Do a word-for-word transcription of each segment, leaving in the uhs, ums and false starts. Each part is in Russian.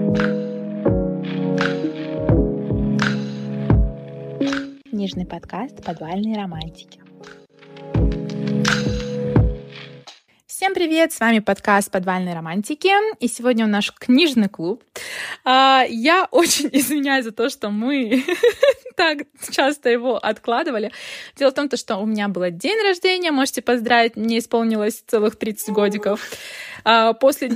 Книжный подкаст «Подвальные романтики». Всем привет! С вами подкаст «Подвальные романтики», и сегодня у нас наш книжный клуб. Я очень извиняюсь за то, что мы так часто его откладывали. Дело в том, что у меня был день рождения, можете поздравить, мне исполнилось целых тридцать годиков. После...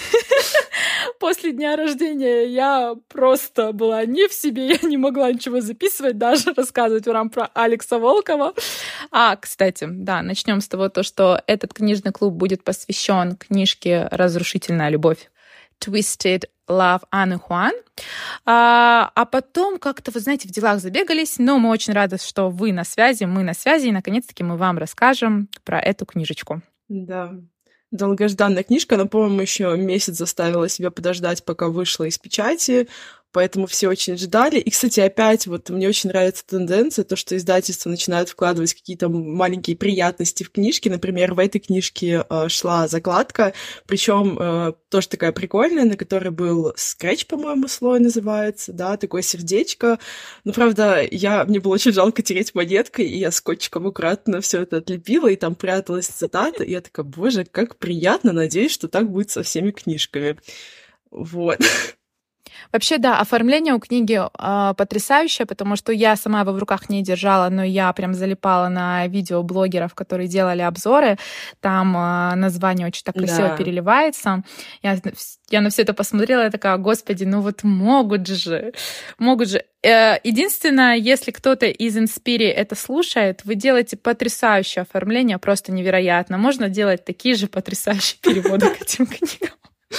После дня рождения я просто была не в себе, я не могла ничего записывать, даже рассказывать вам про Алекса Волкова. А, кстати, да, начнем с того, то, что этот книжный клуб будет посвящен книжке «Разрушительная любовь» Twisted Love Анны Хуан. А, а потом как-то, вы знаете, в делах забегались, но мы очень рады, что вы на связи, мы на связи, и наконец-таки мы вам расскажем про эту книжечку. Да. Долгожданная книжка, она, по-моему, еще месяц заставила себя подождать, пока вышла из печати, поэтому все очень ждали. И, кстати, опять вот мне очень нравится тенденция, то, что издательства начинают вкладывать какие-то маленькие приятности в книжки. Например, в этой книжке э, шла закладка, причем э, тоже такая прикольная, на которой был скретч, по-моему, слой называется, да, такое сердечко. Но, правда, я, мне было очень жалко тереть монеткой, и я скотчиком аккуратно все это отлепила, и там пряталась цитата, и я такая, боже, как приятно, надеюсь, что так будет со всеми книжками. Вот. Вообще, да, оформление у книги э, потрясающее, потому что я сама его в руках не держала, но я прям залипала на видео блогеров, которые делали обзоры. Там э, название очень так красиво да. переливается. Я, я на все это посмотрела, я такая, господи, ну вот могут же, могут же. Э, единственное, если кто-то из Инспири это слушает, вы делаете потрясающее оформление, просто невероятно. Можно делать такие же потрясающие переводы к этим книгам.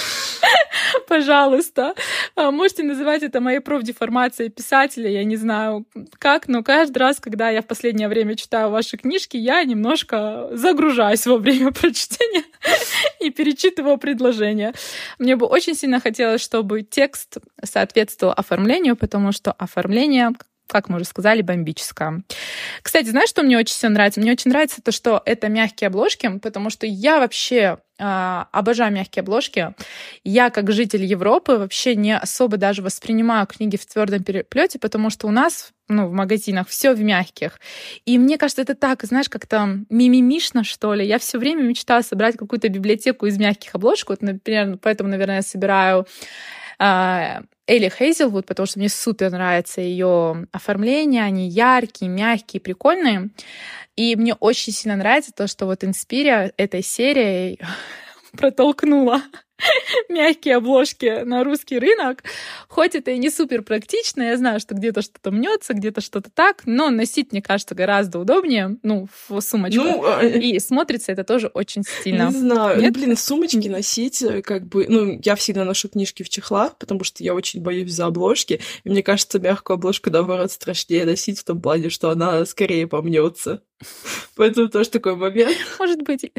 Пожалуйста. Можете называть это моей профдеформацией писателя, я не знаю как, но каждый раз, когда я в последнее время читаю ваши книжки, я немножко загружаюсь во время прочтения и перечитываю предложения. Мне бы очень сильно хотелось, чтобы текст соответствовал оформлению, потому что оформление, как мы уже сказали, бомбическое. Кстати, знаешь, что мне очень сильно нравится? Мне очень нравится то, что это мягкие обложки, потому что я вообще э, обожаю мягкие обложки. Я, как житель Европы, вообще не особо даже воспринимаю книги в твердом переплете, потому что у нас, ну, в магазинах все в мягких. И мне кажется, это так, знаешь, как-то мимимишно, что ли. Я все время мечтала собрать какую-то библиотеку из мягких обложек. Вот, например, поэтому, наверное, я собираю э, Элли Хейзелвуд, потому что мне супер нравится ее оформление, они яркие, мягкие, прикольные. И мне очень сильно нравится то, что вот Инспири этой серией протолкнула мягкие обложки на русский рынок. Хоть это и не супер практично, я знаю, что где-то что-то мнется, где-то что-то так, но носить, мне кажется, гораздо удобнее, ну, в сумочку. Ну, и смотрится это тоже очень стильно. Не знаю, Нет? блин, сумочки носить, как бы, ну, я всегда ношу книжки в чехлах, потому что я очень боюсь за обложки, и мне кажется, мягкую обложку, наоборот, страшнее носить в том плане, что она скорее помнется. Поэтому тоже такой момент. Может быть...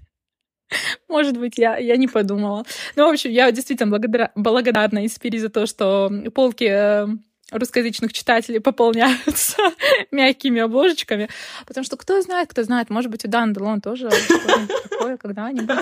Может быть, я, я не подумала. Ну, в общем, я действительно благодарна, благодарна Инспири за то, что полки э, русскоязычных читателей пополняются мягкими обложечками. Потому что кто знает, кто знает, может быть, у Даны Делон тоже что-нибудь такое когда-нибудь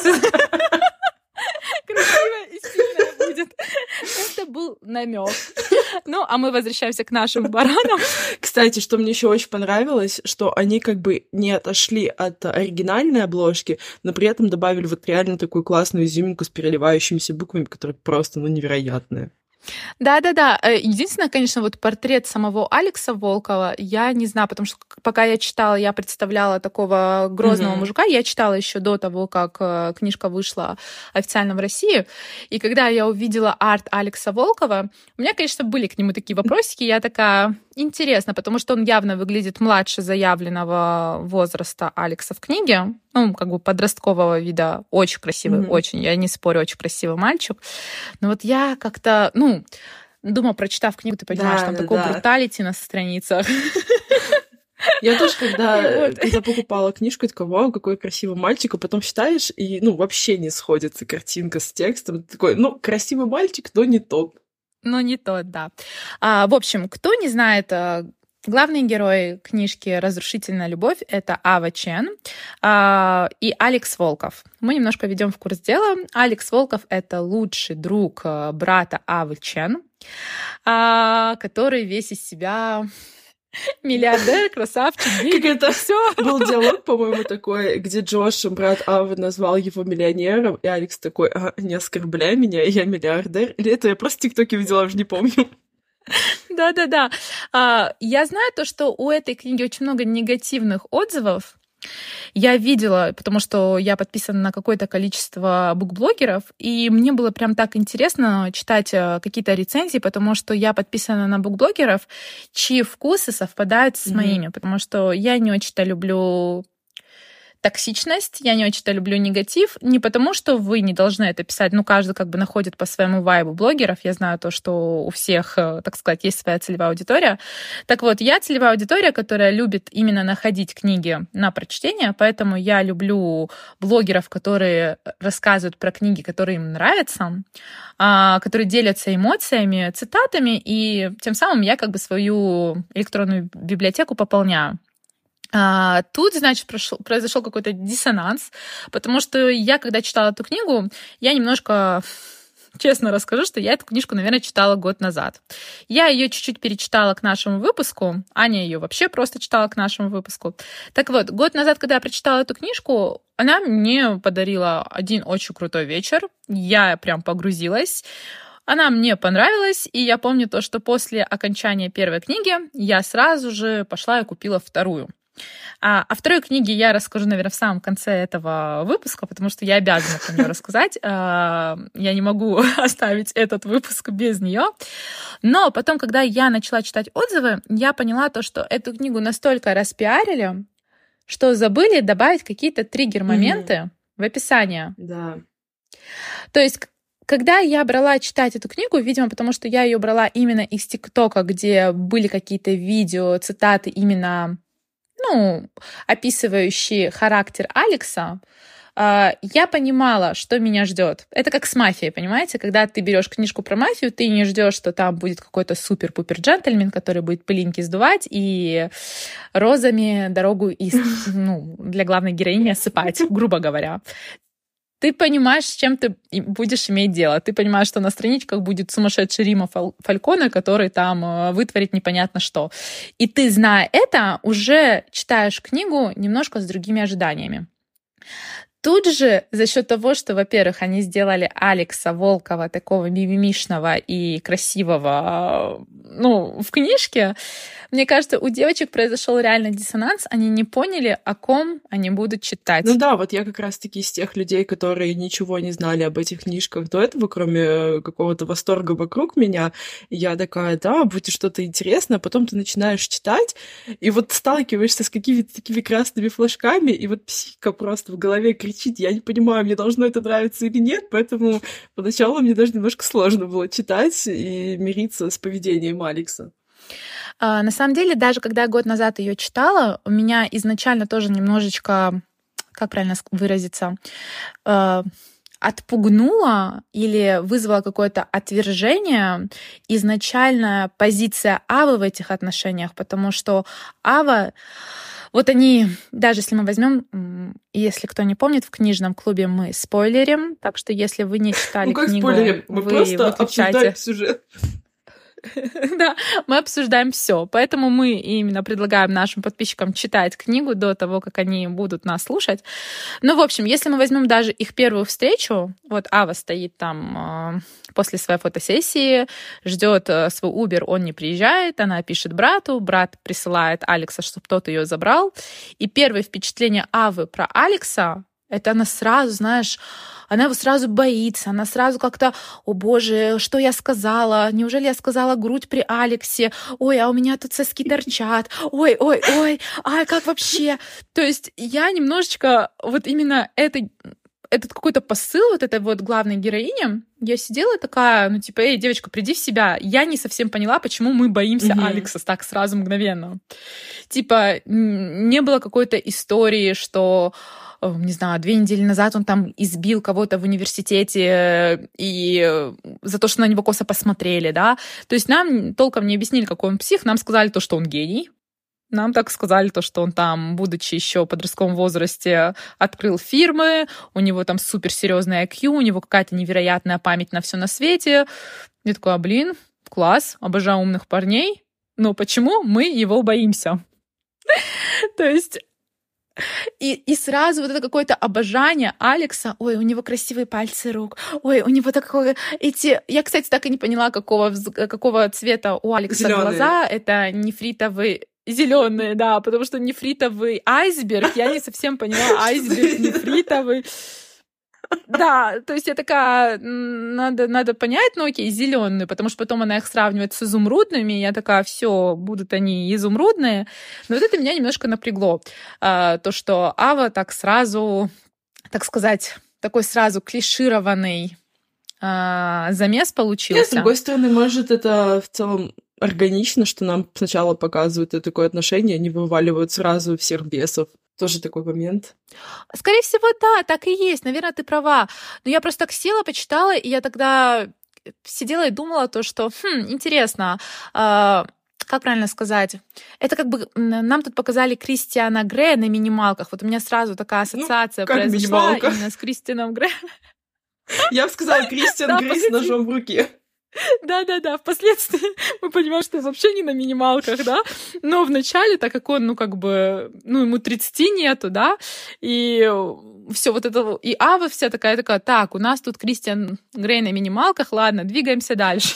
красивое и стильное будет. Это был намек. Ну, а мы возвращаемся к нашим баранам. Кстати, что мне еще очень понравилось, что они как бы не отошли от оригинальной обложки, но при этом добавили вот реально такую классную изюминку с переливающимися буквами, которые просто, ну, невероятные. Да-да-да. Единственное, конечно, вот портрет самого Алекса Волкова, я не знаю, потому что пока я читала, я представляла такого грозного mm-hmm. мужика. Я читала еще до того, как книжка вышла официально в России. И когда я увидела арт Алекса Волкова, у меня, конечно, были к нему такие вопросики. Я такая, интересно, потому что он явно выглядит младше заявленного возраста Алекса в книге. Ну, как бы подросткового вида. Очень красивый, mm-hmm. очень. Я не спорю, очень красивый мальчик. Но вот я как-то, ну, думаю, прочитав книгу, ты понимаешь, да, там да, такой да. бруталити на страницах. Я тоже, когда, вот. когда покупала книжку, я такая, вау, какой красивый мальчик, а потом читаешь, и, ну, вообще не сходится картинка с текстом. Ты такой, ну, красивый мальчик, но не тот. Но не тот, да. А, в общем, кто не знает Главные герои книжки «Разрушительная любовь» — это Ава Чен э, и Алекс Волков. Мы немножко ведем в курс дела. Алекс Волков — это лучший друг э, брата Авы Чен, э, который весь из себя миллиардер, красавчик, как это все. Был диалог, по-моему, такой, где Джош, брат Авы, назвал его миллионером, и Алекс такой: а, не оскорбляй меня, я миллиардер. Или это я просто в ТикТоке видела, уже не помню. Да-да-да. А, я знаю то, что у этой книги очень много негативных отзывов. Я видела, потому что я подписана на какое-то количество букблогеров, и мне было прям так интересно читать какие-то рецензии, потому что я подписана на букблогеров, чьи вкусы совпадают с mm-hmm. моими, потому что я не очень-то люблю токсичность, я не очень-то люблю негатив, не потому, что вы не должны это писать, ну, каждый как бы находит по своему вайбу блогеров, я знаю то, что у всех, так сказать, есть своя целевая аудитория. Так вот, я целевая аудитория, которая любит именно находить книги на прочтение, поэтому я люблю блогеров, которые рассказывают про книги, которые им нравятся, которые делятся эмоциями, цитатами, и тем самым я как бы свою электронную библиотеку пополняю. А, тут, значит, прошел, произошел какой-то диссонанс, потому что я, когда читала эту книгу, я немножко, честно расскажу, что я эту книжку, наверное, читала год назад. Я ее чуть-чуть перечитала к нашему выпуску, Аня ее вообще просто читала к нашему выпуску. Так вот, год назад, когда я прочитала эту книжку, она мне подарила один очень крутой вечер, я прям погрузилась. Она мне понравилась, и я помню то, что после окончания первой книги я сразу же пошла и купила вторую. А о второй книге я расскажу, наверное, в самом конце этого выпуска, потому что я обязана про нее рассказать. Я не могу оставить этот выпуск без нее. Но потом, когда я начала читать отзывы, я поняла то, что эту книгу настолько распиарили, что забыли добавить какие-то триггер-моменты mm-hmm. в описание. Да. То есть когда я брала читать эту книгу, видимо, потому что я ее брала именно из ТикТока, где были какие-то видео, цитаты именно, ну, описывающие характер Алекса, я понимала, что меня ждет. Это как с мафией, понимаете? Когда ты берешь книжку про мафию, ты не ждешь, что там будет какой-то супер-пупер джентльмен, который будет пылинки сдувать и розами дорогу из, ну, для главной героини осыпать, грубо говоря. Ты понимаешь, с чем ты будешь иметь дело. Ты понимаешь, что на страничках будет сумасшедший Рима Фальконе, который там вытворит непонятно что. И ты, зная это, уже читаешь книгу немножко с другими ожиданиями. Тут же за счет того, что, во-первых, они сделали Алекса Волкова такого мимимишного и красивого, ну, в книжке, мне кажется, у девочек произошел реально диссонанс, они не поняли, о ком они будут читать. Ну да, вот я как раз-таки из тех людей, которые ничего не знали об этих книжках до этого, кроме какого-то восторга вокруг меня. Я такая: да, будет что-то интересное, а потом ты начинаешь читать, и вот сталкиваешься с какими-то такими красными флажками, и вот психика просто в голове кричит: я не понимаю, мне должно это нравиться или нет, поэтому поначалу мне даже немножко сложно было читать и мириться с поведением Алекса. На самом деле, даже когда я год назад ее читала, у меня изначально тоже немножечко, как правильно выразиться, отпугнула или вызвала какое-то отвержение изначальная позиция Авы в этих отношениях, потому что Ава, вот они, даже если мы возьмем, если кто не помнит, в книжном клубе мы спойлерим, так что если вы не читали ну, как книгу, спойлерим? Мы вы просто выключайте. Обсуждаем сюжет. Да, мы обсуждаем все, поэтому мы именно предлагаем нашим подписчикам читать книгу до того, как они будут нас слушать. Ну, в общем, если мы возьмем даже их первую встречу, вот Ава стоит там э, после своей фотосессии, ждет э, свой Uber, он не приезжает, она пишет брату, брат присылает Алекса, чтобы тот ее забрал, и первое впечатление Авы про Алекса, это она сразу, знаешь, она его сразу боится, она сразу как-то: о боже, что я сказала? Неужели я сказала грудь при Алексе? Ой, а у меня тут соски торчат. Ой, ой, ой, ай, как вообще? То есть я немножечко вот именно этой этот какой-то посыл вот этой вот главной героини. Я сидела такая, ну, типа, эй, девочка, приди в себя. Я не совсем поняла, почему мы боимся mm-hmm. Алекса так сразу мгновенно. Типа, не было какой-то истории, что, не знаю, две недели назад он там избил кого-то в университете и за то, что на него косо посмотрели, да. То есть нам толком не объяснили, какой он псих, нам сказали то, что он гений. Нам так сказали то, что он там, будучи еще в подростковом возрасте, открыл фирмы, у него там суперсерьезный ай кью, у него какая-то невероятная память на все на свете. Я такая, блин, класс, обожаю умных парней, но почему мы его боимся? То есть и, и сразу вот это какое-то обожание Алекса. Ой, у него красивые пальцы рук. Ой, у него такое... Эти... Я, кстати, так и не поняла, какого, какого цвета у Алекса Зелёные. Глаза. Это нефритовый... Зеленые, да, потому что нефритовый айсберг, я не совсем поняла, айсберг нефритовый. Да, то есть я такая, надо, надо понять, ну окей, зеленые, потому что потом она их сравнивает с изумрудными, и я такая, все, будут они изумрудные. Но вот это меня немножко напрягло. То, что Ава так сразу, так сказать, такой сразу клишированный замес получился. Нет, с другой стороны, может, это в целом органично, что нам сначала показывают это такое отношение, они вываливают сразу всех бесов. Тоже такой момент. Скорее всего, да, так и есть. Наверное, ты права. Но я просто так села, почитала, и я тогда сидела и думала то, что, хм, интересно, э, как правильно сказать? Это как бы нам тут показали Кристиана Грея на минималках. Вот у меня сразу такая ассоциация ну, произошла минималка? Именно с Кристианом Греем. Я бы сказала, Кристиан Грей с ножом в руке. Да-да-да, впоследствии мы понимаем, что вообще не на минималках, да, но вначале, так как он, ну, как бы, ну, ему тридцати нету, да, и все вот это, и Ава вся такая, такая, так, у нас тут Кристиан Грей на минималках, ладно, двигаемся дальше.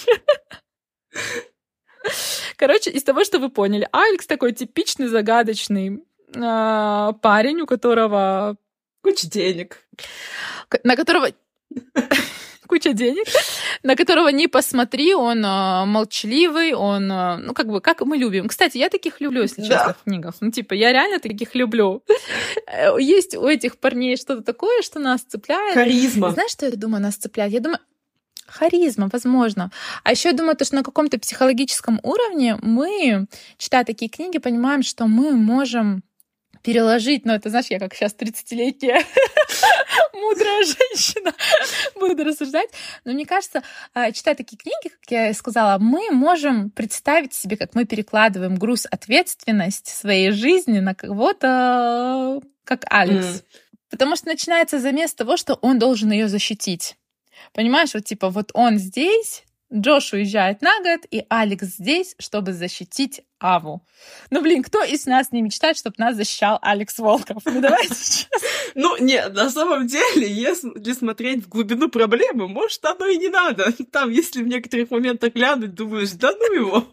Короче, из того, что вы поняли, Алекс такой типичный загадочный э, парень, у которого... Куча денег. На которого... куча денег, на которого не посмотри, он э, молчаливый, он, э, ну, как бы, как мы любим. Кстати, я таких люблю, если да. честно, в книгах. Ну, типа, я реально таких люблю. Есть у этих парней что-то такое, что нас цепляет. Харизма. Знаешь, что я думаю, нас цепляет? Я думаю, харизма, возможно. А еще я думаю, то, что на каком-то психологическом уровне мы, читая такие книги, понимаем, что мы можем переложить, ну, это, знаешь, я как сейчас тридцатилетняя мудрая женщина буду рассуждать, но мне кажется, читая такие книги, как я и сказала, мы можем представить себе, как мы перекладываем груз ответственности своей жизни на кого-то, как Алекс. Mm. Потому что начинается замес того, что он должен ее защитить. Понимаешь, вот типа вот он здесь, Джош уезжает на год, и Алекс здесь, чтобы защитить Аву. Ну, блин, кто из нас не мечтает, чтобы нас защищал Алекс Волков? Ну, давайте сейчас. Ну, нет, на самом деле, если смотреть в глубину проблемы, может, оно и не надо. Там, если в некоторых моментах глянуть, думаешь, да ну его.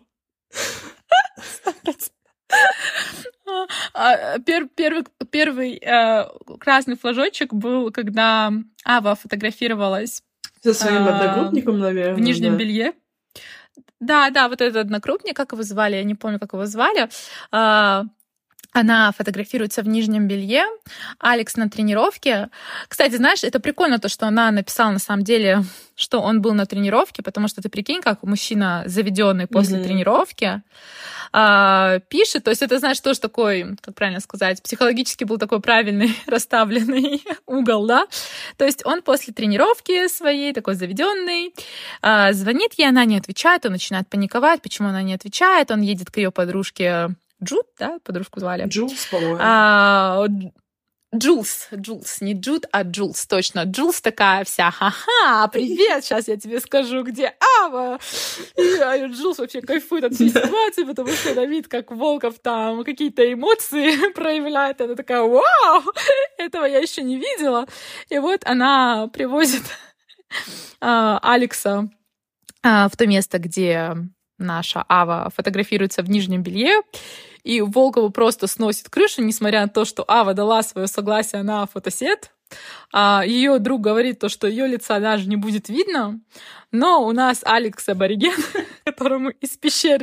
Пер, первый первый э, красный флажочек был, когда Ава фотографировалась со своим одногруппником, наверное. В нижнем да. белье. Да, да, вот этот одногруппник, как его звали, я не помню, как его звали. Она фотографируется в нижнем белье, Алекс на тренировке. Кстати, знаешь, это прикольно то, что она написала на самом деле, что он был на тренировке, потому что ты прикинь, как мужчина заведенный после mm-hmm. тренировки а, пишет. То есть это, знаешь, тоже такой, как правильно сказать, психологически был такой правильный расставленный угол, да? То есть он после тренировки своей, такой заведенный, а, звонит ей, она не отвечает, он начинает паниковать, почему она не отвечает, он едет к ее подружке Джуд, да, подружку звали? Джулс, по-моему. А, Джулс, Джулс, не Джуд, а Джулс, точно. Джулс такая вся, ха-ха, привет, сейчас я тебе скажу, где Ава. И Джулс вообще кайфует от всей ситуации, потому что она видит, как Волков там какие-то эмоции проявляет. Она такая, вау, этого я еще не видела. И вот она привозит а, Алекса а, в то место, где наша Ава фотографируется в нижнем белье, и Волкову просто сносит крышу, несмотря на то, что Ава дала свое согласие на фотосет. А ее друг говорит то, что ее лица даже не будет видно, но у нас Алекс абориген, которому из пещеры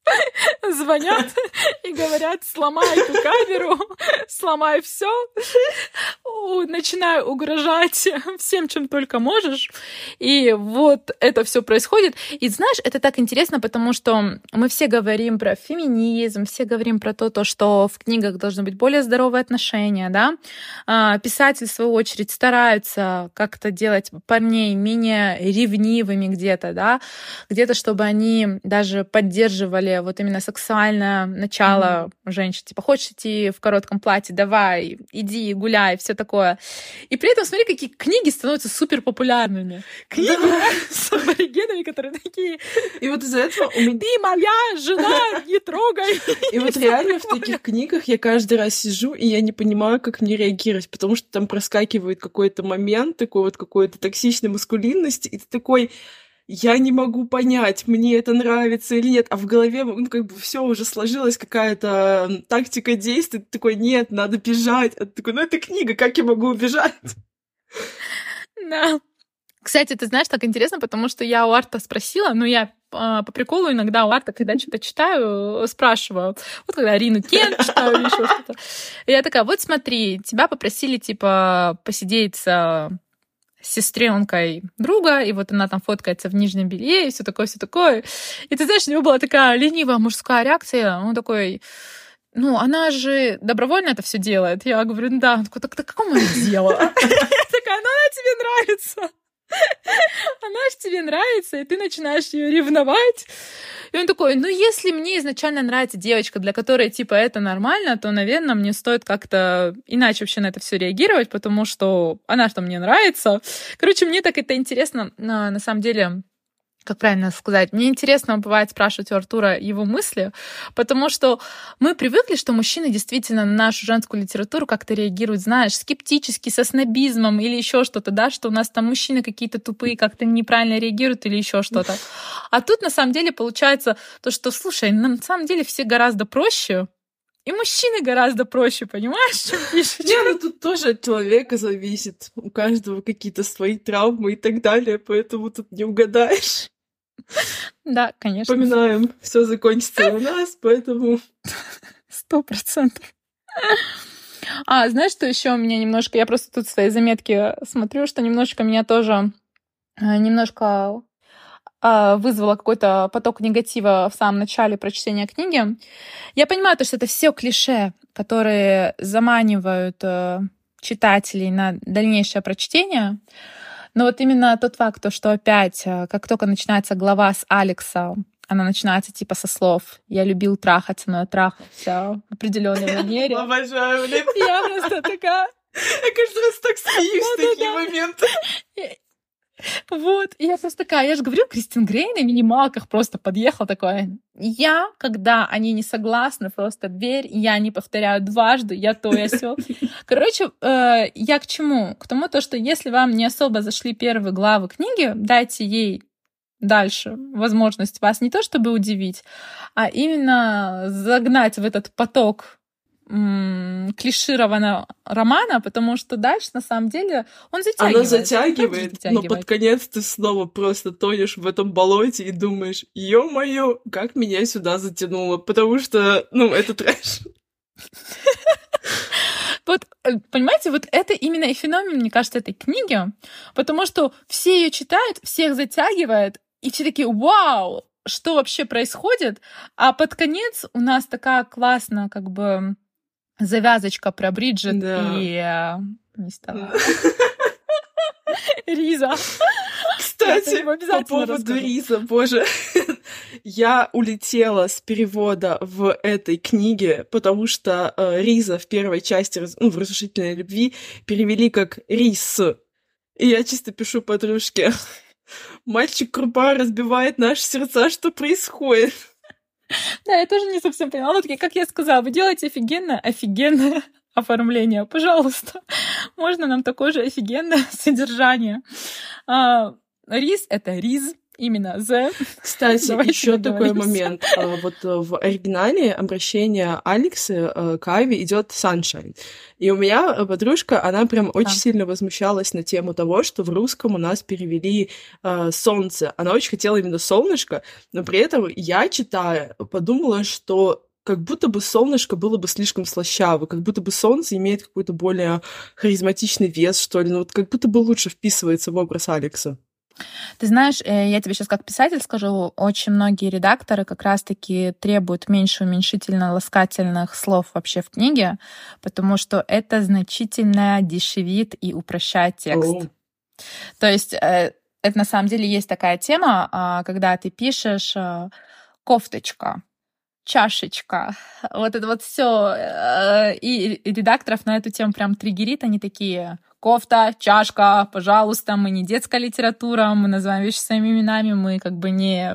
звонят и говорят: сломай эту камеру, сломай все, начинаю угрожать всем, чем только можешь. И вот это все происходит. И знаешь, это так интересно, потому что мы все говорим про феминизм, все говорим про то, то, что в книгах должны быть более здоровые отношения, да. Писатели, в свою очередь, стараются как-то делать парней менее ревнивыми где-то, да, где-то, чтобы они даже поддерживали вот именно сексуальное начало mm-hmm. женщин. Типа, хочешь идти в коротком платье, давай, иди, гуляй, все такое. И при этом, смотри, какие книги становятся супер популярными. Книги да. с аборигенами, которые такие: и вот из-за этого у меня... ты моя жена, не трогай. И вот реально в таких книгах я каждый раз сижу, и я не понимаю, как мне реагировать, потому что там проскакивает какой-то момент такой вот какой-то токсичной маскулинности, и ты такой: я не могу понять, мне это нравится или нет, а в голове, ну, как бы все уже сложилась какая-то тактика действий, ты такой: нет, надо бежать. А ты такой: ну, это книга, как я могу убежать? Да. Кстати, ты знаешь, так интересно, потому что я у Арта спросила, ну, я по приколу иногда у Арта, когда что-то читаю, спрашиваю. Вот когда Рину Кент читаю или еще что-то. И я такая: вот смотри, тебя попросили, типа, посидеть с сестренкой друга, и вот она там фоткается в нижнем белье, и все такое, все такое. И ты знаешь, у него была такая ленивая мужская реакция. Он такой: ну, она же добровольно это все делает. Я говорю: ну да. Он такой: так, так какому это дело? Я такая: ну, она тебе нравится. Она же тебе нравится, и ты начинаешь ее ревновать. И он такой: ну, если мне изначально нравится девочка, для которой, типа, это нормально, то, наверное, мне стоит как-то иначе вообще на это все реагировать, потому что она что мне нравится. Короче, мне так это интересно, на, на самом деле... Как правильно сказать? Мне интересно бывает спрашивать у Артура его мысли, потому что мы привыкли, что мужчины действительно на нашу женскую литературу как-то реагируют, знаешь, скептически, со снобизмом или еще что-то, да, что у нас там мужчины какие-то тупые, как-то неправильно реагируют или еще что-то. А тут на самом деле получается то, что, слушай, на самом деле все гораздо проще. И мужчины гораздо проще, понимаешь, чем пишут? Не, ну тут тоже от человека зависит. У каждого какие-то свои травмы и так далее, поэтому тут не угадаешь. Да, конечно. Вспоминаем, все закончится у нас, поэтому... Сто процентов. А, знаешь, что еще у меня немножко... Я просто тут свои заметки смотрю, что немножко меня тоже... Немножко... вызвало какой-то поток негатива в самом начале прочтения книги. Я понимаю, то, что это все клише, которые заманивают э, читателей на дальнейшее прочтение. Но вот именно тот факт, то, что опять, как только начинается глава с Алекса, она начинается типа со слов: «Я любил трахаться, но я трахался в определенной манере». Обожаю, блин. Я просто такая... Я каждый раз так смеюсь в такие моменты. Вот, и я просто такая, я же говорю, Кристин Грей на минималках просто подъехала такое: я, когда они не согласны, просто дверь, я не повторяю дважды, я то, я сё. Короче, э, я к чему? К тому, то, что если вам не особо зашли первые главы книги, дайте ей дальше возможность вас не то чтобы удивить, а именно загнать в этот поток клишированного романа, потому что дальше, на самом деле, он затягивает. Она затягивает, затягивает, но под конец ты снова просто тонешь в этом болоте и думаешь: ё-моё, как меня сюда затянуло, потому что, ну, это трэш. Вот, понимаете, вот это именно и феномен, мне кажется, этой книги, потому что все ее читают, всех затягивает, и все такие: вау, что вообще происходит? А под конец у нас такая классная, как бы, завязочка про Бриджит да. и... Э, не стала. Риза. Кстати, по поводу расскажу. Риза, боже. Я улетела с перевода в этой книге, потому что э, Риза в первой части, ну, в «Разрушительной любви» перевели как Рис. И я чисто пишу подружке: мальчик-крупа разбивает наши сердца, что происходит? Да, я тоже не совсем поняла. Ну, как я сказала, вы делаете офигенное, офигенное оформление. Пожалуйста, можно нам такое же офигенное содержание. А, Риз — это Риз. именно The. Кстати, еще такой момент. Вот в оригинале обращение Алекса к Айви идет Sunshine. И у меня подружка, она прям очень а. сильно возмущалась на тему того, что в русском у нас перевели э, солнце. Она очень хотела именно солнышко, но при этом я, читая, подумала, что как будто бы солнышко было бы слишком слащаво, как будто бы солнце имеет какой-то более харизматичный вес, что ли, ну вот как будто бы лучше вписывается в образ Алекса. Ты знаешь, я тебе сейчас как писатель скажу, очень многие редакторы как раз-таки требуют меньше уменьшительно-ласкательных слов вообще в книге, потому что это значительно дешевит и упрощает текст. Oh. То есть это на самом деле есть такая тема, когда ты пишешь кофточка, чашечка, вот это вот все, и редакторов на эту тему прям триггерит, они такие: кофта, чашка, пожалуйста, мы не детская литература, мы называем вещи своими именами, мы как бы не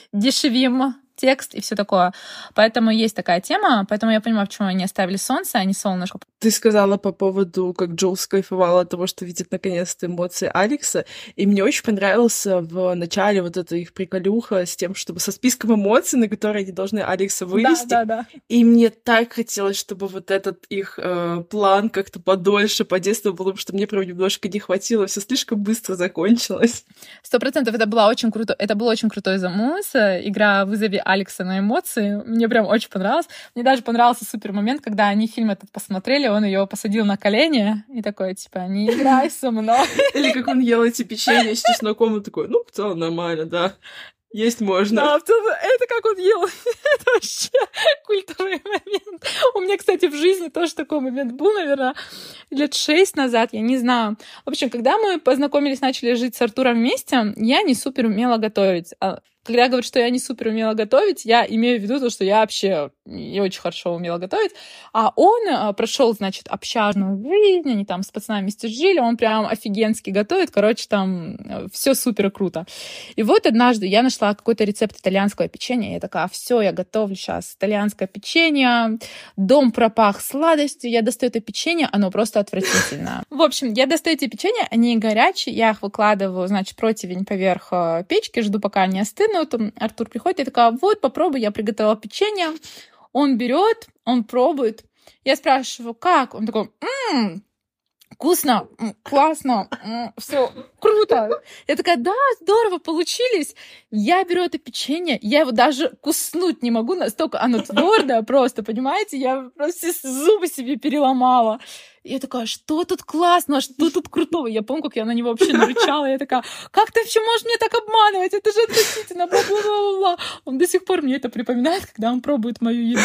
дешевим текст и все такое. Поэтому есть такая тема, поэтому я понимаю, почему они оставили солнце, а не солнышко. Ты сказала по поводу, как Джоуз кайфовала от того, что видит наконец-то эмоции Алекса, и мне очень понравился в начале вот эта их приколюха с тем, чтобы со списком эмоций, на которые они должны Алекса вывести. Да, да, да. И мне так хотелось, чтобы вот этот их э, план как-то подольше подействовал, потому что мне прям немножко не хватило, все слишком быстро закончилось. Сто процентов это было очень круто, это был очень крутой замус, игра «Вызови Алекса на эмоции». Мне прям очень понравилось. Мне даже понравился супер момент, когда они фильм этот посмотрели, он ее посадил на колени и такой, типа, не играй со мной. Или как он ел эти печенья с чесноком, он такой: ну, в целом нормально, да. Есть можно. Да, в целом, это как он ел. Это вообще культовый момент. У меня, кстати, в жизни тоже такой момент был, наверное, лет шесть назад, я не знаю. В общем, когда мы познакомились, начали жить с Артуром вместе, я не супер умела готовить. Когда я говорю, что я не супер умела готовить, я имею в виду то, что я вообще не очень хорошо умела готовить. А он прошел, значит, общажную жизнь, они там с пацанами вместе жили, он прям офигенски готовит, короче, там все супер круто. И вот однажды я нашла какой-то рецепт итальянского печенья, я такая: все, я готовлю сейчас итальянское печенье, дом пропах сладостью, я достаю это печенье, оно просто отвратительное. В общем, я достаю эти печенья, они горячие, я их выкладываю, значит, противень поверх печки, жду, пока они остынут. Артур приходит, я такая: вот, попробуй, я приготовила печенье. Он берет, он пробует. Я спрашиваю: как? Он такой: м-м, вкусно, классно, все круто. Я такая: да, здорово, получились. Я беру это печенье, я его даже куснуть не могу, настолько оно твердое просто, понимаете? Я просто все зубы себе переломала. И я такая: что тут классно, что тут крутого? Я помню, как я на него вообще нарычала. Я такая: как ты вообще можешь меня так обманывать? Это же отвратительно, бла-бла-бла-бла. Он до сих пор мне это припоминает, когда он пробует мою еду.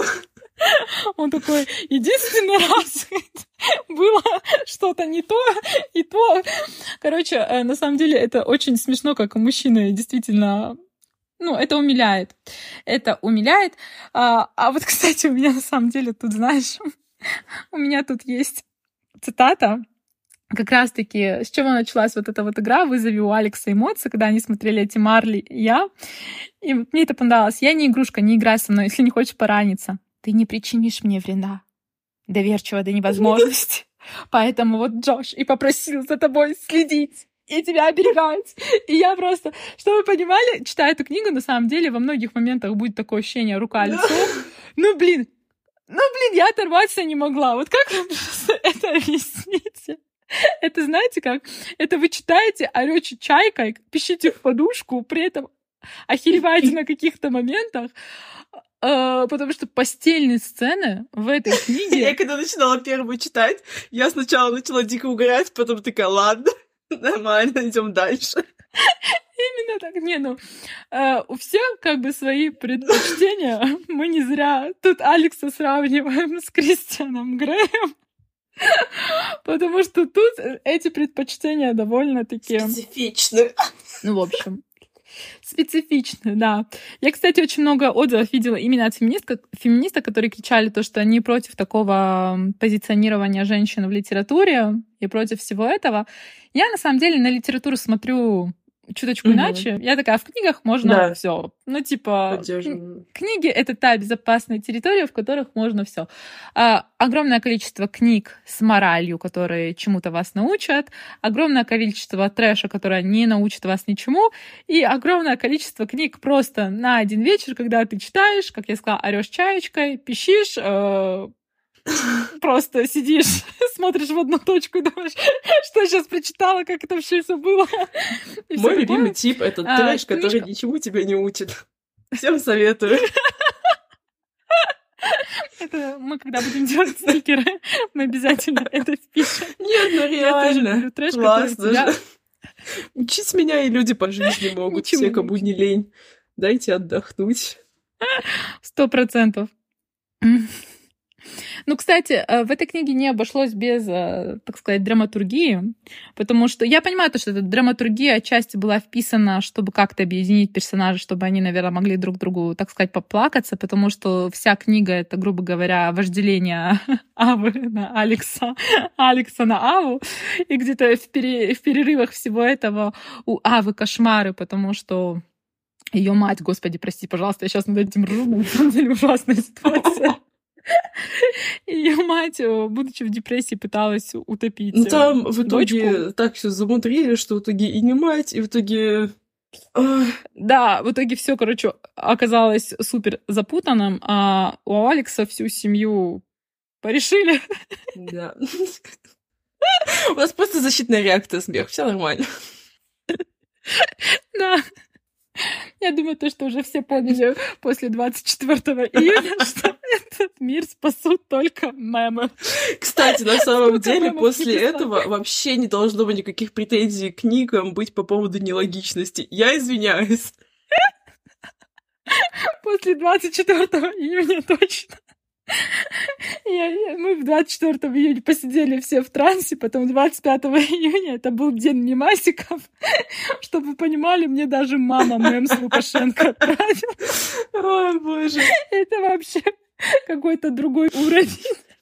Он такой: единственный раз было что-то не то и то. Короче, на самом деле это очень смешно, как мужчины действительно... Ну, это умиляет. Это умиляет. А, а вот, кстати, у меня на самом деле тут, знаешь, у меня тут есть цитата. Как раз-таки, с чего началась вот эта вот игра «Вызови у Алекса эмоции», когда они смотрели эти Марли и я. И мне это понравилось. Я не игрушка, не играй со мной, если не хочешь пораниться. Ты не причинишь мне вреда. Доверчиво до невозможности. Поэтому вот Джош и попросил за тобой следить и тебя оберегать. И я просто, чтобы вы понимали, читая эту книгу, на самом деле во многих моментах будет такое ощущение рука-лицо. Ну, блин, ну, блин, я оторваться не могла. Вот как вы просто это объясните? Это, знаете как? Это вы читаете, орёте чайкой, пищите в подушку, при этом охереваете на каких-то моментах, Uh, потому что постельные сцены в этой книге... Я когда начинала первую читать, я сначала начала дико угорать, потом такая: ладно, нормально, идем дальше. Именно так. Не, ну, uh, у всех как бы свои предпочтения. Мы не зря тут Алекса сравниваем с Кристианом Греем. Потому что тут эти предпочтения довольно-таки... Специфичны. Ну, в общем... Специфично, да. Я, кстати, очень много отзывов видела именно от феминисток, феминисток, которые кричали то, что они против такого позиционирования женщин в литературе и против всего этого. Я, на самом деле, на литературу смотрю чуточку Мгм. иначе. Я такая, в книгах можно Да. все. Ну, типа, Поддерживаю. книги — это та безопасная территория, в которых можно все. Огромное количество книг с моралью, которые чему-то вас научат, огромное количество трэша, которое не научит вас ничему, и огромное количество книг просто на один вечер, когда ты читаешь, как я сказала, орёшь чаечкой, пищишь, э, просто сидишь, смотришь в одну точку и думаешь, что я сейчас прочитала, как это вообще все было. И всё Мой такое. любимый тип — это А, трэш, который книжка. ничему тебя не учит. Всем советую. Это мы, когда будем делать стикеры, мы обязательно это впишем. Нет, ну Я тоже реально. люблю трэш, который Классно тебя... же. Учить меня и люди по жизни могут, Ничему все, не кому учат. не лень. Дайте отдохнуть. Сто процентов. Ну, кстати, э, в этой книге не обошлось без, э, так сказать, драматургии, потому что я понимаю, то, что эта драматургия отчасти была вписана, чтобы как-то объединить персонажей, чтобы они, наверное, могли друг другу, так сказать, поплакаться, потому что вся книга — это, грубо говоря, вожделение Авы на Алекса, Алекса на Аву, и где-то в, пере- в перерывах всего этого у Авы кошмары, потому что ее мать, господи, прости, пожалуйста, я сейчас над этим ржу, но на самом деле ужасная ситуация. Ее мать, э, будучи в депрессии, пыталась утопить Ну э, там в дочку. итоге так все замудрили, что в итоге и не мать, и в итоге... Ах, Да, в итоге все, короче, оказалось супер запутанным, а у Алекса всю семью порешили. Да. У нас просто защитная реакция, смех, все нормально. Да. Я думаю, то, что уже все поняли после двадцать четвёртого июня, что этот мир спасут только мемы. Кстати, на самом Сколько деле, мемов после написали. этого вообще не должно быть никаких претензий к книгам быть по поводу нелогичности. Я извиняюсь. После двадцать четвёртого июня точно. Я- я- мы двадцать четвёртого июня посидели все в трансе, потом двадцать пятого июня это был день мемасиков. Чтобы вы понимали, мне даже мама мем с Лукашенко отправила. Ой, боже. Это вообще какой-то другой уровень.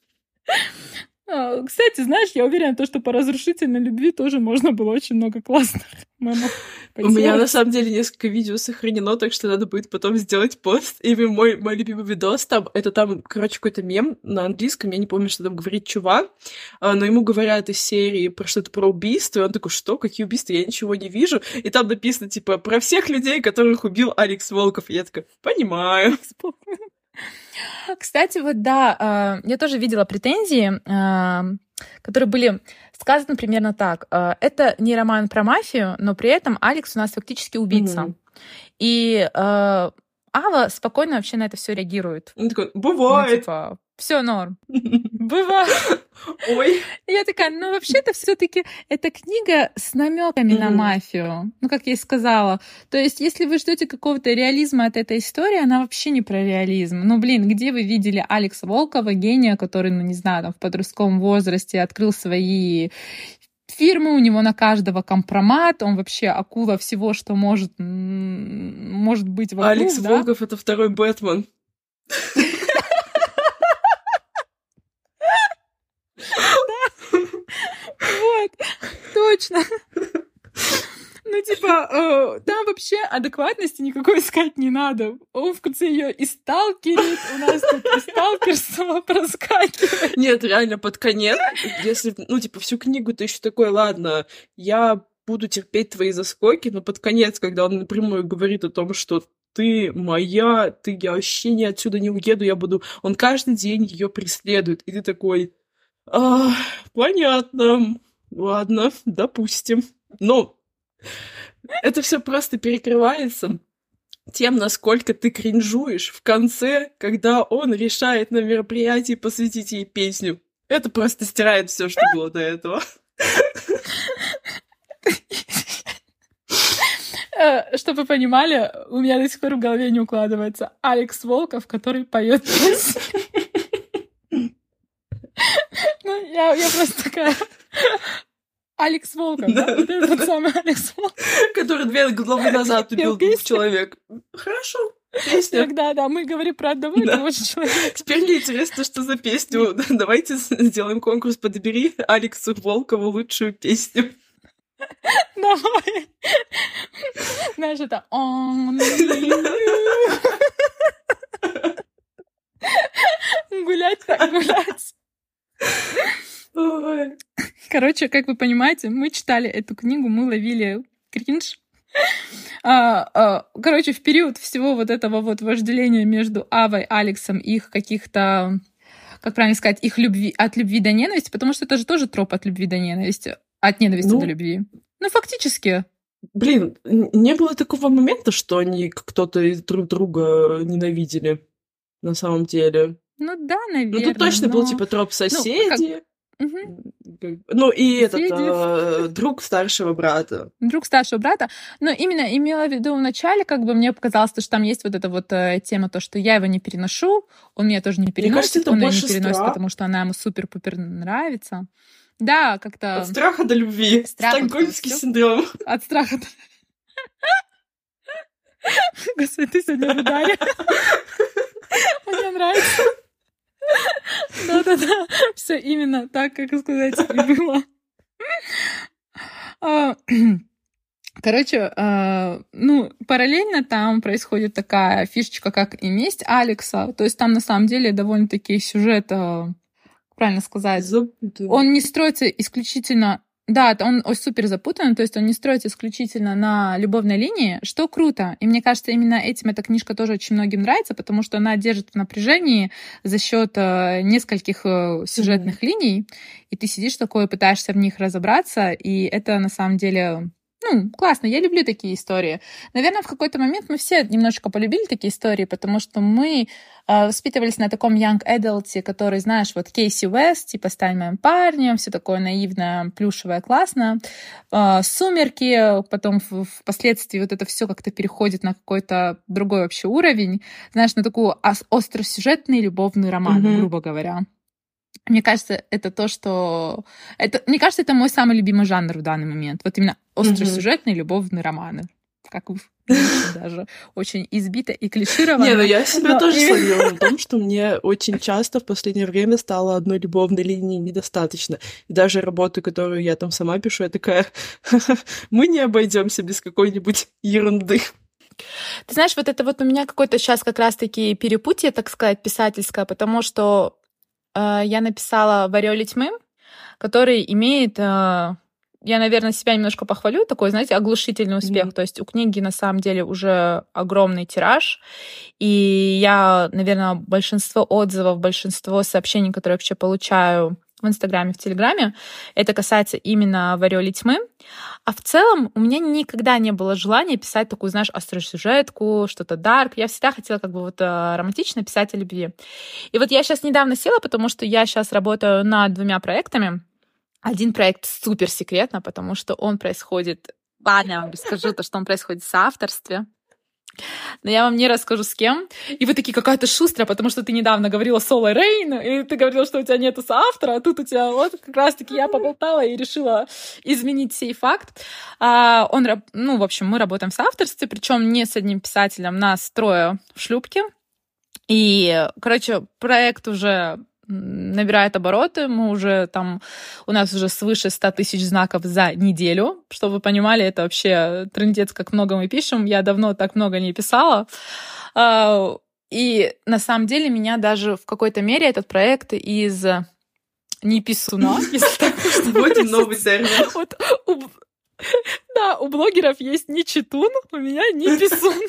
А, Кстати, знаешь, я уверена, то, что по разрушительной любви тоже можно было очень много классных мемов У меня поделать. на самом деле несколько видео сохранено, так что надо будет потом сделать пост. И мой, мой любимый видос там, это там, короче, какой-то мем на английском, я не помню, что там говорит чувак, а, но ему говорят из серии про что-то про убийство, и он такой, что, какие убийства, я ничего не вижу. И там написано, типа, про всех людей, которых убил Алекс Волков. И я такая, понимаю. Кстати, вот да, э, я тоже видела претензии, э, которые были сказаны примерно так. Э, Это не роман про мафию, но при этом Алекс у нас фактически убийца. Мгм. И э, Ава спокойно вообще на это все реагирует. Он такой, Ну, бывает. типа, все норм. Бывает. Ой. И я такая, ну вообще-то все-таки эта книга с намеками на Мгм. мафию. Ну, как я и сказала. То есть, если вы ждете какого-то реализма от этой истории, она вообще не про реализм. Ну, блин, где вы видели Алекса Волкова, гения, который, ну, не знаю, там, в подростковом возрасте открыл свои фирмы, у него на каждого компромат, он вообще акула всего, что может, м, может быть вокруг, Алекс да? Волков — это второй Бэтмен. Вот, точно. Ну, типа, э, там вообще адекватности никакой искать не надо. Он в конце ее и сталкерит, у нас тут и сталкерство проскакивает. Нет, реально, под конец, если, ну, типа, всю книгу ты еще такой, ладно, я буду терпеть твои заскоки, но под конец, когда он напрямую говорит о том, что ты моя, ты, я вообще не отсюда не уеду, я буду... Он каждый день ее преследует, и ты такой, «А, понятно, ладно, допустим». Но это все просто перекрывается тем, насколько ты кринжуешь в конце, когда он решает на мероприятии посвятить ей песню. Это просто стирает все, что было до этого. Э, Чтобы вы понимали, у меня до сих пор в голове не укладывается Алекс Волков, который поет песню. Ну, я, я просто такая... Алекс Волков, да? Вот этот самый Алекс Волков. Который две главы назад Пел убил двух песню. человек. Хорошо, песня. Тогда, да, мы говорим про одного и Да. того же человека. Теперь мне интересно, что за песню. Давайте сделаем конкурс «Подбери Алексу Волкову лучшую песню». Давай. Знаешь, это... Гулять так гулять. Ой. Короче, как вы понимаете, мы читали эту книгу, мы ловили кринж. А, а, короче, в период всего вот этого вот вожделения между Авой, Алексом, их каких-то, как правильно сказать, их любви, от любви до ненависти, потому что это же тоже троп от любви до ненависти, от ненависти Ну, до любви. Ну, фактически. Блин, н- не было такого момента, что они к- кто-то из друг друга ненавидели на самом деле. Ну да, Ну, тут наверное, точно был но... типа троп Ну, как... соседи. Мгм. как- Ну, и этот Соседи. э, друг старшего брата. Друг старшего брата. Но именно имела в виду в начале, как бы мне показалось, что там есть вот эта вот э, тема, то, что я его не переношу, он меня тоже не Мне кажется, переносит, это он ее не больше переносит, страх. потому что она ему супер-пупер нравится. Да, От как-то страха до любви. страх вот этого Стокгольмский всё. синдром. От страха. Господи, ты сегодня в ударе. Мне нравится. Да-да-да. Все именно так, как сказать, и было. А, Короче, а, ну, параллельно там происходит такая фишечка, как и месть Алекса. То есть там на самом деле довольно-таки сюжет, а, правильно сказать, Запутанно. он не строится исключительно... Да, т- он ой, супер запутанный, то есть он не строится исключительно на любовной линии, что круто. И мне кажется, именно этим эта книжка тоже очень многим нравится, потому что она держит в напряжении за счет э, нескольких э, Мгм. сюжетных линий, и ты сидишь такой, пытаешься в них разобраться, и это на самом деле... Ну, классно, я люблю такие истории. Наверное, в какой-то момент мы все немножко полюбили такие истории, потому что мы э, воспитывались на таком young adult, который, знаешь, вот Кейси Уэст, типа «Стань моим парнем», все такое наивное, плюшевое, классно. Э, «Сумерки», потом в- впоследствии вот это все как-то переходит на какой-то другой вообще уровень, знаешь, на такую ос- остросюжетный любовный роман, Мгм. грубо говоря. Мне кажется, это то, что... Это, мне кажется, это мой самый любимый жанр в данный момент. Вот именно Мгм. остросюжетные любовные романы. Как вы даже очень избито и Не, ну клишировано. я себя Но тоже и- словила на том, что мне очень часто в последнее время стало одной любовной линии недостаточно. И даже работу, которую я там сама пишу, я такая, мы не обойдемся без какой-нибудь ерунды. Ты знаешь, вот это вот у меня какое-то сейчас как раз-таки перепутье, так сказать, писательское, потому что э, я написала «В ореоле тьмы», который имеет, э, я, наверное, себя немножко похвалю, такой, знаете, оглушительный успех. Мгм. То есть у книги на самом деле уже огромный тираж, и я, наверное, большинство отзывов, большинство сообщений, которые я вообще получаю в Инстаграме, в Телеграме, это касается именно «В ореоле тьмы». А в целом у меня никогда не было желания писать такую, знаешь, остросюжетку, что-то дарк. Я всегда хотела как бы вот э, романтично писать о любви. И вот я сейчас недавно села, потому что я сейчас работаю над двумя проектами. Один проект супер секретно, потому что он происходит... Ладно, я вам расскажу то, что он происходит в соавторстве. Но я вам не расскажу с кем. И вы такие, какая-то шустрая, потому что ты недавно говорила Соло Рейн, и ты говорила, что у тебя нету соавтора, а тут у тебя вот как раз-таки я поболтала и решила изменить сей факт. А, он, раб- ну, в общем, мы работаем в соавторстве, причем не с одним писателем, нас трое в шлюпке. И, короче, проект уже м, набирает обороты, мы уже там, у нас уже свыше ста тысяч знаков за неделю, чтобы вы понимали, это вообще трындец, как много мы пишем, я давно так много не писала. А, И на самом деле меня даже в какой-то мере этот проект из не писуна, если так можно Вводим выразиться. новый термин. Вот у- да, у блогеров есть не читун, у меня не писун.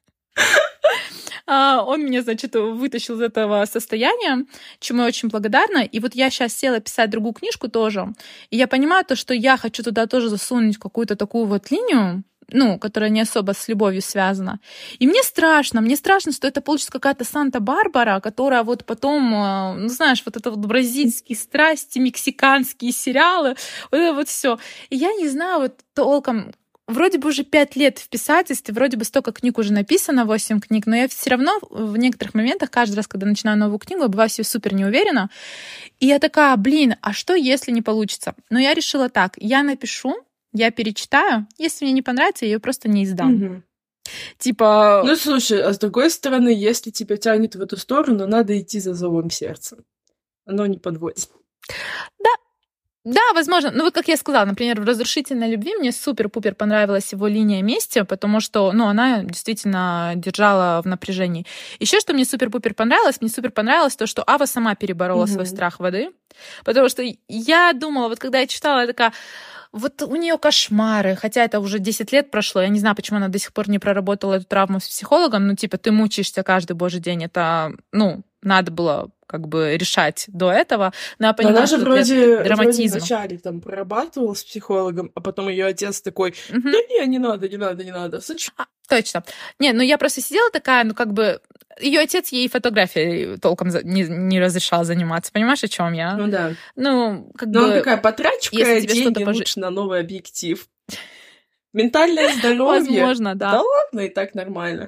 А, Он меня, значит, вытащил из этого состояния, чему я очень благодарна. И вот я сейчас села писать другую книжку тоже, и я понимаю то, что я хочу туда тоже засунуть какую-то такую вот линию, ну, которая не особо с любовью связана. И мне страшно, мне страшно, что это получится какая-то Санта-Барбара, которая вот потом, э, ну, знаешь, вот это вот бразильские страсти, мексиканские сериалы, вот это вот все. И я не знаю вот толком, вроде бы уже пять лет в писательстве, вроде бы столько книг уже написано, восемь книг, но я все равно в некоторых моментах, каждый раз, когда начинаю новую книгу, я бываю себе супер не уверена. И я такая, блин, а что, если не получится? Но я решила так, я напишу, я перечитаю, если мне не понравится, я ее просто не издам. Мгм. Типа, Ну, слушай, а с другой стороны, если тебя тянет в эту сторону, надо идти за зовом сердца. Оно не подводит. Да, возможно. Ну, вот как я сказала, например, в «Разрушительной любви» мне супер-пупер понравилась его линия мести, потому что, ну, она действительно держала в напряжении. Еще что мне супер-пупер понравилось, мне супер понравилось то, что Ава сама переборола mm-hmm. свой страх воды, потому что я думала, вот когда я читала, я такая... Вот у нее кошмары, хотя это уже десять лет прошло, я не знаю, почему она до сих пор не проработала эту травму с психологом, ну, типа, ты мучаешься каждый божий день, это, ну, надо было как бы решать до этого. Но, я понимаю, она же вроде, драматизм. вроде вначале там прорабатывала с психологом, а потом ее отец такой, да угу. не, не надо, не надо, не надо. А, точно. Не, ну я просто сидела такая, ну как бы ее отец ей фотографией толком не, не разрешал заниматься. Понимаешь, о чем я? Ну да. Ну, как Но бы... она такая, потрачу-ка деньги пожи... лучше на новый объектив. Ментальное здоровье. Возможно, да. Да ладно, и так нормально.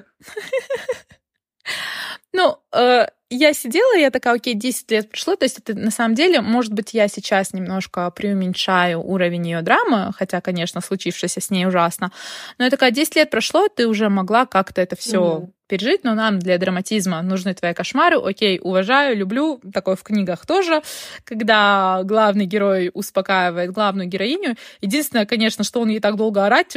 Ну, э, я сидела, я такая, окей, десять лет прошло, то есть это на самом деле, может быть, я сейчас немножко преуменьшаю уровень ее драмы, хотя, конечно, случившееся с ней ужасно, но я такая, десять лет прошло, ты уже могла как-то это все mm-hmm. пережить, но нам для драматизма нужны твои кошмары, окей, уважаю, люблю, такое в книгах тоже, когда главный герой успокаивает главную героиню. Единственное, конечно, что он ей так долго орать,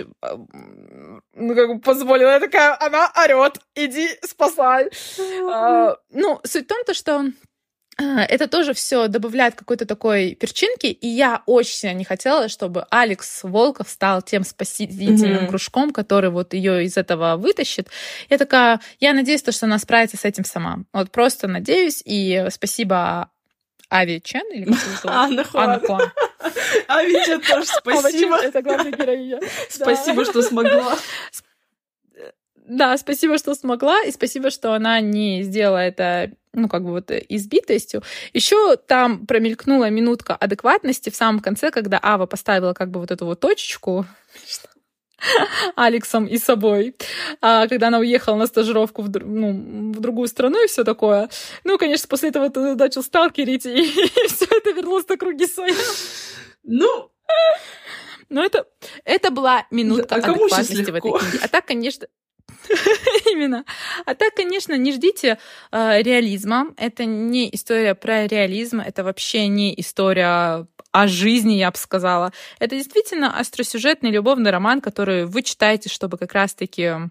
ну, как бы позволила, я такая, она орёт, иди спасай. Uh, ну, суть в том, то, что uh, это тоже все добавляет какой-то такой перчинки, и я очень сильно не хотела, чтобы Алекс Волков стал тем спасительным mm-hmm. кружком, который вот ее из этого вытащит. Я такая, я надеюсь, то, что она справится с этим сама. Вот просто надеюсь, и спасибо Ави Чен, или как это Анна Хуан. Ави Чен тоже спасибо. Это главная героиня. Спасибо, что смогла. Да, спасибо, что смогла, и спасибо, что она не сделала это, ну, как бы вот избитостью. Еще там промелькнула минутка адекватности в самом конце, когда Ава поставила как бы вот эту вот точечку Алексом и собой, а, когда она уехала на стажировку в, ну, в другую страну и все такое. Ну, конечно, после этого ты начал сталкерить, и, и все это вернулось на круги своя. Ну... Но это, это была минутка а адекватности в этой книге. А так, конечно... Именно. А так, конечно, не ждите э, реализма. Это не история про реализм, это вообще не история о жизни, я бы сказала. Это действительно остросюжетный любовный роман, который вы читаете, чтобы как раз-таки э,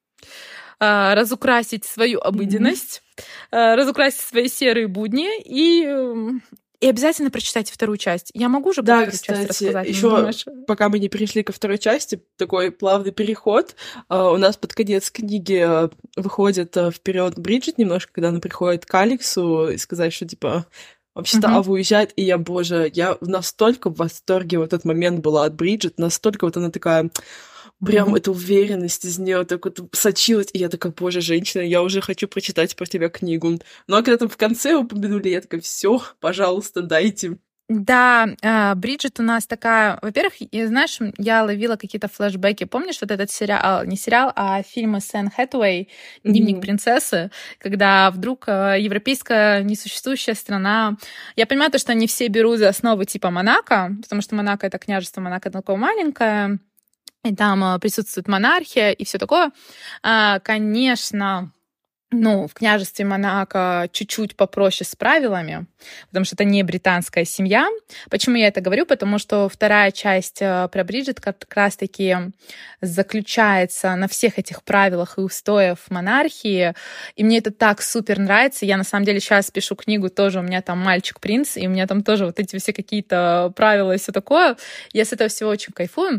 разукрасить свою обыденность, mm-hmm. э, разукрасить свои серые будни и... Э, И обязательно прочитайте вторую часть. Я могу же да, вторую кстати, часть рассказать? Еще пока мы не перешли ко второй части, такой плавный переход. Uh, у нас под конец книги uh, выходит uh, вперед Бриджит немножко, когда она приходит к Алексу и сказать, что типа вообще-то uh-huh. Ава уезжает, и я, боже, я настолько в восторге в этот момент была от Бриджит, настолько вот она такая... Прям mm-hmm. эта уверенность из нее так вот сочилась. И я такая, боже, женщина, я уже хочу прочитать про тебя книгу. Ну, а когда там в конце упомянули, я такая, все, пожалуйста, дайте. Да, Бриджит у нас такая... Во-первых, знаешь, я ловила какие-то флешбеки. Помнишь вот этот сериал, не сериал, а фильмы с Энн Хэтэуэй «Дневник mm-hmm. принцессы», когда вдруг европейская несуществующая страна... Я понимаю, то, что они все берут за основу типа Монако, потому что Монако — это княжество, Монако — такое маленькое, и там присутствует монархия и все такое. Конечно, ну, в княжестве Монако чуть-чуть попроще с правилами, потому что это не британская семья. Почему я это говорю? Потому что вторая часть про Бриджит как раз-таки заключается на всех этих правилах и устоях монархии, и мне это так супер нравится. Я, на самом деле, сейчас пишу книгу тоже, у меня там мальчик-принц, и у меня там тоже вот эти все какие-то правила и все такое. Я с этого всего очень кайфую.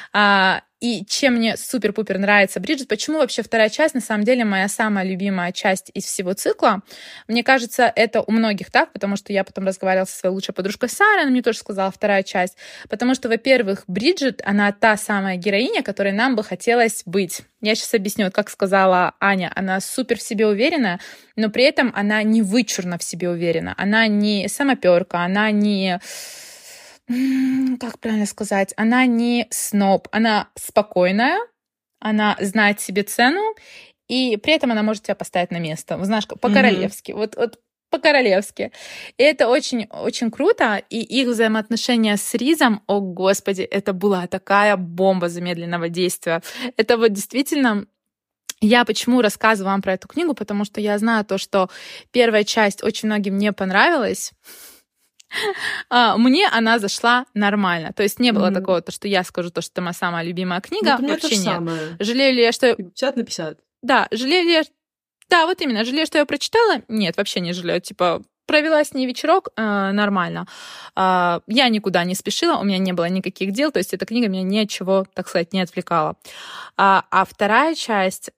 И чем мне супер-пупер нравится Бриджит, почему вообще вторая часть, на самом деле, моя самая любимая часть из всего цикла. Мне кажется, это у многих так, потому что я потом разговаривала со своей лучшей подружкой Сарой, она мне тоже сказала вторая часть. Потому что, во-первых, Бриджит, она та самая героиня, которой нам бы хотелось быть. Я сейчас объясню, вот как сказала Аня, она супер в себе уверена, но при этом она не вычурно в себе уверена. Она не самоперка, она не... Как правильно сказать? Она не сноб, она спокойная, она знает себе цену, и при этом она может тебя поставить на место. Вы знаешь, по-королевски. Mm-hmm. Вот, вот по-королевски. И это очень, очень круто. И их взаимоотношения с Ризом, о господи, это была такая бомба замедленного действия. Это вот действительно... Я почему рассказываю вам про эту книгу? Потому что я знаю то, что первая часть очень многим не понравилась. А, мне она зашла нормально. То есть не было mm-hmm. такого, то, что я скажу то, что это моя самая любимая книга. Вот вообще нет. Самое. Жалею ли я, что... пятьдесят на пятьдесят. Да, жалею ли я... Да, вот именно. Жалею, что я прочитала? Нет, вообще не жалею. Типа, провела с ней вечерок э, нормально. Э, я никуда не спешила, у меня не было никаких дел, то есть эта книга меня ни от чего, так сказать, не отвлекала. А, а вторая часть...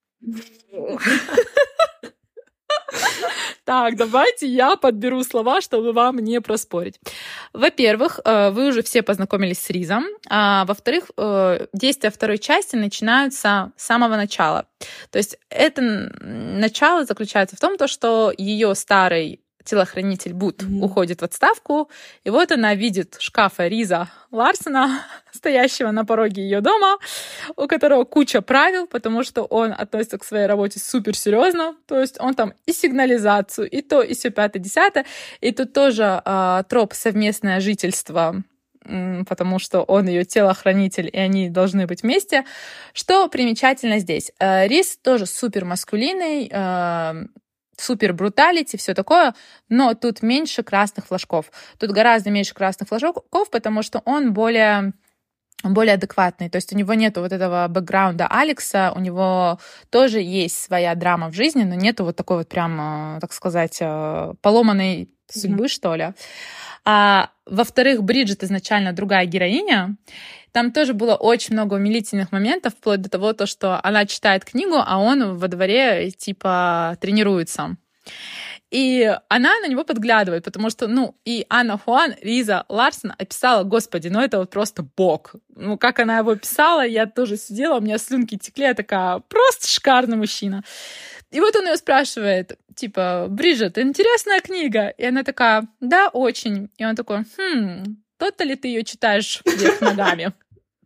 Так, давайте я подберу слова, чтобы вам не проспорить. Во-первых, вы уже все познакомились с Ризом. А во-вторых, действия второй части начинаются с самого начала. То есть это начало заключается в том, что ее старый телохранитель Бут mm-hmm. уходит в отставку, и вот она видит шкафа Риза Ларсена, стоящего на пороге ее дома, у которого куча правил, потому что он относится к своей работе супер серьезно, то есть он там и сигнализацию, и то, и все пятое-десятое, и тут тоже э, троп совместное жительство, потому что он ее телохранитель, и они должны быть вместе. Что примечательно здесь? Э, Риз тоже супер маскулинный, э, супер бруталити, все такое, но тут меньше красных флажков. Тут гораздо меньше красных флажков, потому что он более, более адекватный. То есть у него нету вот этого бэкграунда Алекса, у него тоже есть своя драма в жизни, но нету вот такой вот прям, так сказать, поломанной судьбы, mm-hmm. что ли. А, во-вторых, Бриджит изначально другая героиня. Там тоже было очень много умилительных моментов, вплоть до того, то, что она читает книгу, а он во дворе, типа, тренируется. И она на него подглядывает, потому что, ну, и Анна Хуан, Риза Ларсен описала, господи, ну это вот просто бог. Ну, как она его писала, я тоже сидела, у меня слюнки текли, я такая, просто шикарный мужчина. И вот он ее спрашивает, типа, Бриджит, интересная книга? И она такая, да, очень. И он такой, хм, тот-то ли ты ее читаешь вверх ногами?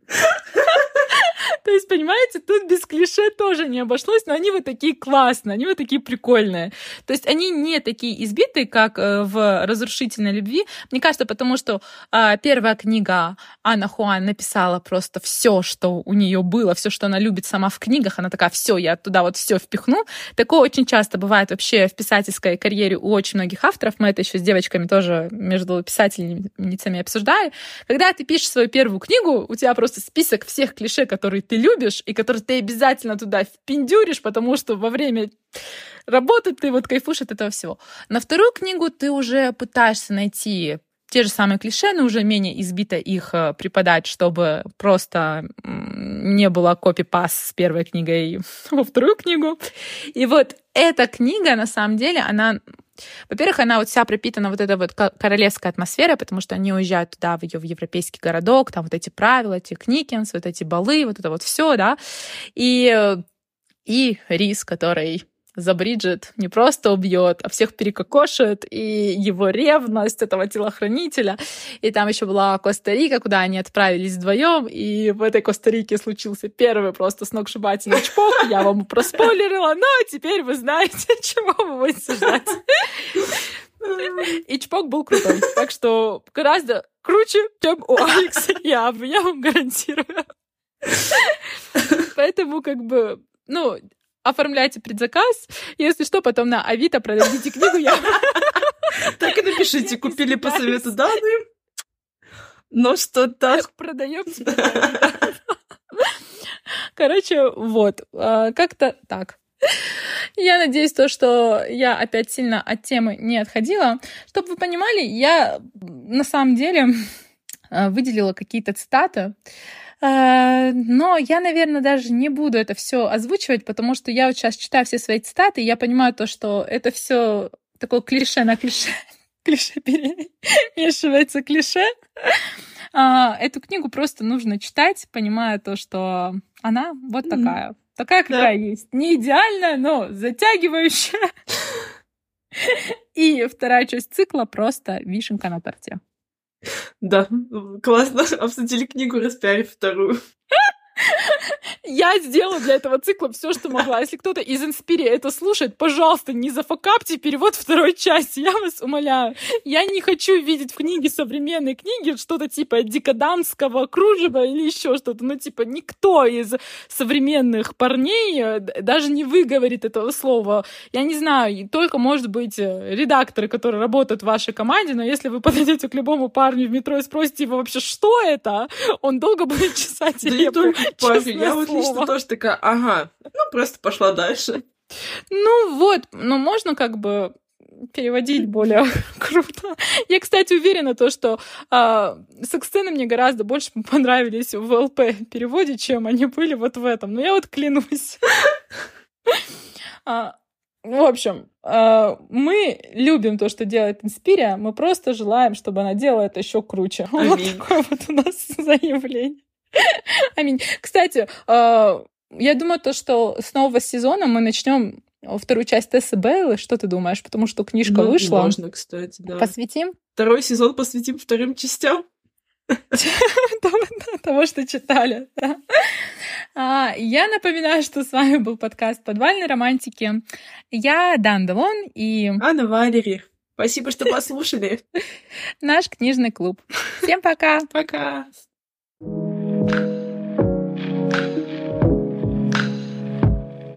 То есть, понимаете, тут без клише тоже не обошлось, но они вот такие классные, они вот такие прикольные. То есть они не такие избитые, как в «Разрушительной любви». Мне кажется, потому что а, первая книга Анна Хуан написала просто все, что у нее было, все, что она любит сама в книгах. Она такая, все, я туда вот все впихну. Такое очень часто бывает вообще в писательской карьере у очень многих авторов. Мы это еще с девочками тоже между писательницами обсуждали. Когда ты пишешь свою первую книгу, у тебя просто список всех клише, которые ты любишь, и которые ты обязательно туда впендюришь, потому что во время работы ты вот кайфуешь от этого всего. На вторую книгу ты уже пытаешься найти те же самые клише, но уже менее избито их преподать, чтобы просто не было копи-паст с первой книгой во вторую книгу. И вот эта книга, на самом деле, она... Во-первых, она вот вся пропитана вот этой вот королевской атмосферой, потому что они уезжают туда, в ее в европейский городок, там вот эти правила, эти кникинс, вот эти балы, вот это вот все, да. И, и Риз, который за Бриджит не просто убьет, а всех перекокошит, и его ревность этого телохранителя. И там еще была Коста-Рика, куда они отправились вдвоем, и в этой Коста-Рике случился первый просто сногсшибательный чпок. Я вам проспойлерила, но теперь вы знаете, чего вы будете ждать. И чпок был крутой. Так что гораздо круче, чем у Алекса и Абы, я вам гарантирую. Поэтому как бы, ну... Оформляйте предзаказ. Если что, потом на Авито продадите книгу. Я... Так и напишите, купили по совету Даны. Но что-то... Продаем тебе. Короче, вот. Как-то так. Я надеюсь, то, что я опять сильно от темы не отходила. Чтобы вы понимали, я на самом деле выделила какие-то цитаты, но я, наверное, даже не буду это все озвучивать, потому что я вот сейчас читаю все свои цитаты, и я понимаю то, что это все такое клише на клише, клише перемешивается клише. Эту книгу просто нужно читать, понимая то, что она вот такая. Такая, какая да. есть. Не идеальная, но затягивающая. И вторая часть цикла просто вишенка на торте. Да, классно. Обсудили книгу, распиарив вторую. Я сделала для этого цикла все, что могла. Если кто-то из Инспири это слушает, пожалуйста, не зафакапьте перевод второй части, я вас умоляю. Я не хочу видеть в книге современной книги что-то типа декаданского кружева или еще что-то. Ну, типа, никто из современных парней даже не выговорит этого слова. Я не знаю, только, может быть, редакторы, которые работают в вашей команде, но если вы подойдете к любому парню в метро и спросите его вообще, что это, он долго будет чесать репу. Да не только парень, я вот лично тоже такая, ага, ну просто пошла дальше. Ну вот, но можно как бы переводить более круто. Я, кстати, уверена, то, что а, секс-сцены мне гораздо больше понравились в ЛП-переводе, чем они были вот в этом. Но я вот клянусь. а, в общем, а, мы любим то, что делает Инспирия, мы просто желаем, чтобы она делала это еще круче. Аминь. Вот такое вот у нас заявление. Аминь. Кстати, а, я думаю, то, что с нового сезона мы начнем вторую часть Тессы Бейлы. Что ты думаешь? Потому что книжка ну, вышла. Можно, кстати, да. Посвятим? Второй сезон посвятим вторым частям. Того, что читали. Я напоминаю, что с вами был подкаст «Подвальной романтики». Я Дан Делон и... Анна Валери. Спасибо, что послушали. Наш книжный клуб. Всем пока. Пока.